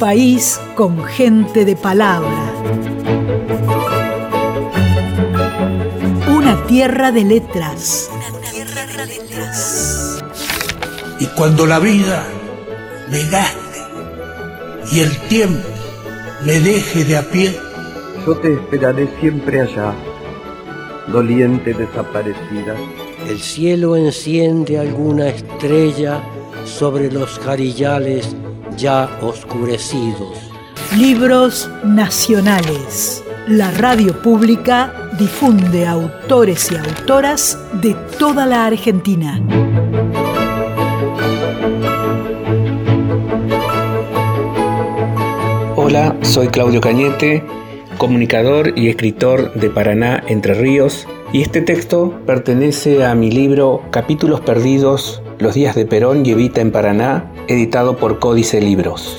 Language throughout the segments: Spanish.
país con gente de palabra. Una tierra de letras. Y cuando la vida me gaste y el tiempo me deje de a pie, yo te esperaré siempre allá, doliente desaparecida. El cielo enciende alguna estrella sobre los jarillales ya oscurecidos. Libros nacionales. La radio pública difunde autores y autoras de toda la Argentina. Hola, soy Claudio Cañete, comunicador y escritor de Paraná, Entre Ríos, y este texto pertenece a mi libro Capítulos Perdidos, los días de Perón y Evita en Paraná, editado por Códice Libros.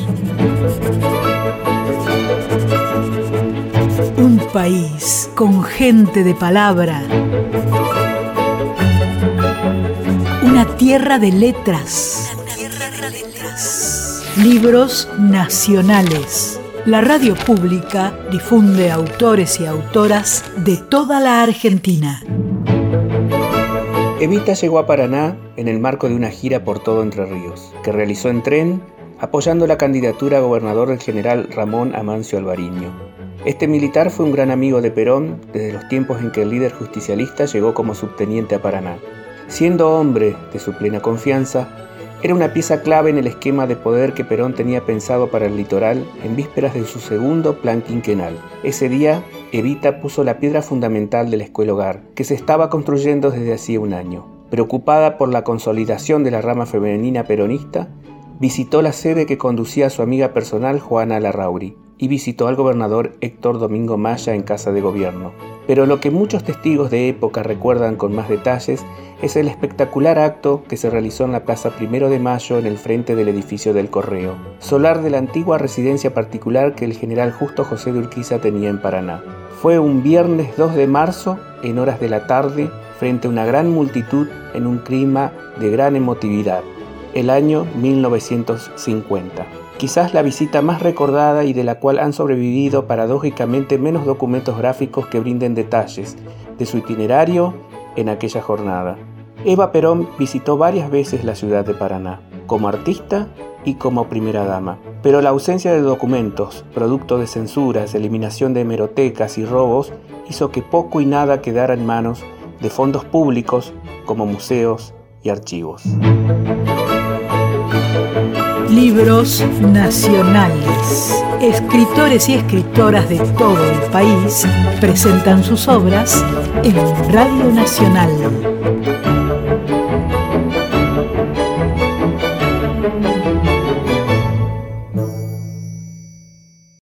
Un país con gente de palabra. Una tierra de letras. Libros nacionales. La radio pública difunde autores y autoras de toda la Argentina. Evita llegó a Paraná en el marco de una gira por todo Entre Ríos, que realizó en tren, apoyando la candidatura a gobernador del general Ramón Amancio Alvariño. Este militar fue un gran amigo de Perón desde los tiempos en que el líder justicialista llegó como subteniente a Paraná. Siendo hombre de su plena confianza, era una pieza clave en el esquema de poder que Perón tenía pensado para el litoral en vísperas de su segundo plan quinquenal. Ese día, Evita puso la piedra fundamental de la escuela hogar, que se estaba construyendo desde hacía un año. Preocupada por la consolidación de la rama femenina peronista, visitó la sede que conducía a su amiga personal Juana Larrauri y visitó al gobernador Héctor Domingo Maya en Casa de Gobierno. Pero lo que muchos testigos de época recuerdan con más detalles es el espectacular acto que se realizó en la Plaza 1 de Mayo en el frente del edificio del Correo, solar de la antigua residencia particular que el general Justo José de Urquiza tenía en Paraná. Fue un viernes 2 de marzo, en horas de la tarde, frente a una gran multitud en un clima de gran emotividad, el año 1950. Quizás la visita más recordada y de la cual han sobrevivido paradójicamente menos documentos gráficos que brinden detalles de su itinerario en aquella jornada. Eva Perón visitó varias veces la ciudad de Paraná, como artista y como primera dama. Pero la ausencia de documentos, producto de censuras, eliminación de hemerotecas y robos, hizo que poco y nada quedara en manos de fondos públicos como museos y archivos. Libros nacionales. Escritores y escritoras de todo el país presentan sus obras en Radio Nacional.